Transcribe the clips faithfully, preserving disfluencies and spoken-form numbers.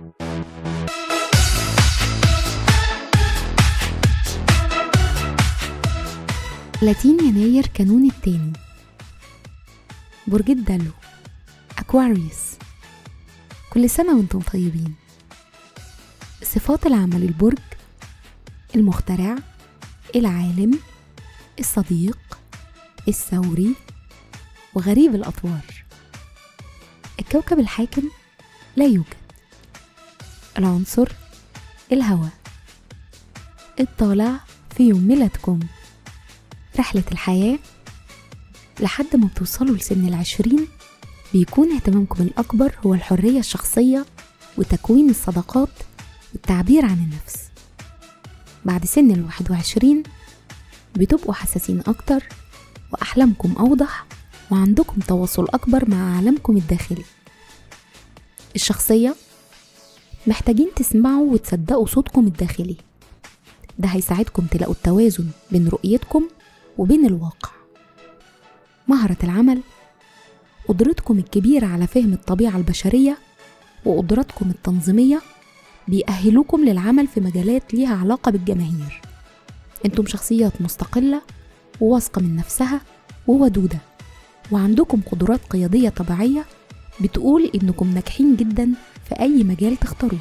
ثلاثين يناير كانون الثاني. برج الدلو أكواريوس. كل سنة وانتم طيبين. صفات العمل البرج: المخترع، العالم، الصديق، الثوري، وغريب الأطوار. الكوكب الحاكم لا يوجد. العنصر الهواء. الطالع في يوم ميلادكم. رحلة الحياة: لحد ما بتوصلوا لسن العشرين بيكون اهتمامكم الأكبر هو الحرية الشخصية وتكوين الصداقات والتعبير عن النفس. بعد سن الواحد وعشرين بتبقوا حساسين أكتر وأحلامكم أوضح وعندكم تواصل أكبر مع عالمكم الداخلي. الشخصية: محتاجين تسمعوا وتصدقوا صوتكم الداخلي، ده هيساعدكم تلاقوا التوازن بين رؤيتكم وبين الواقع. مهارة العمل: قدرتكم الكبيرة على فهم الطبيعة البشرية وقدراتكم التنظيمية بيأهلوكم للعمل في مجالات ليها علاقة بالجماهير. انتم شخصيات مستقلة وواثقة من نفسها وودودة، وعندكم قدرات قيادية طبيعية بتقول انكم ناجحين جدا في اي مجال تختاروه.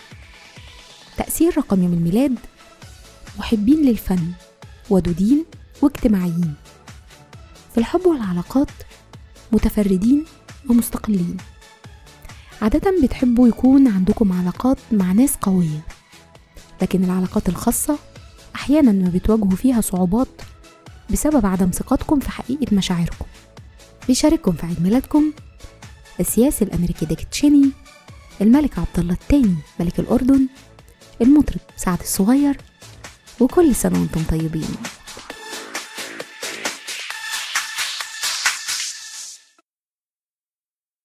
تأثير رقم يوم الميلاد: محبين للفن، ودودين واجتماعيين. في الحب والعلاقات متفردين ومستقلين. عادة بتحبوا يكون عندكم علاقات مع ناس قوية، لكن العلاقات الخاصة أحيانا ما بتواجهوا فيها صعوبات بسبب عدم ثقتكم في حقيقة مشاعركم. بيشارككم في عيد ميلادكم السياسي الأمريكي ديك تشيني، الملك عبد الله الثاني ملك الأردن، المطرب سعد الصغير. وكل سنة وانتم طيبين.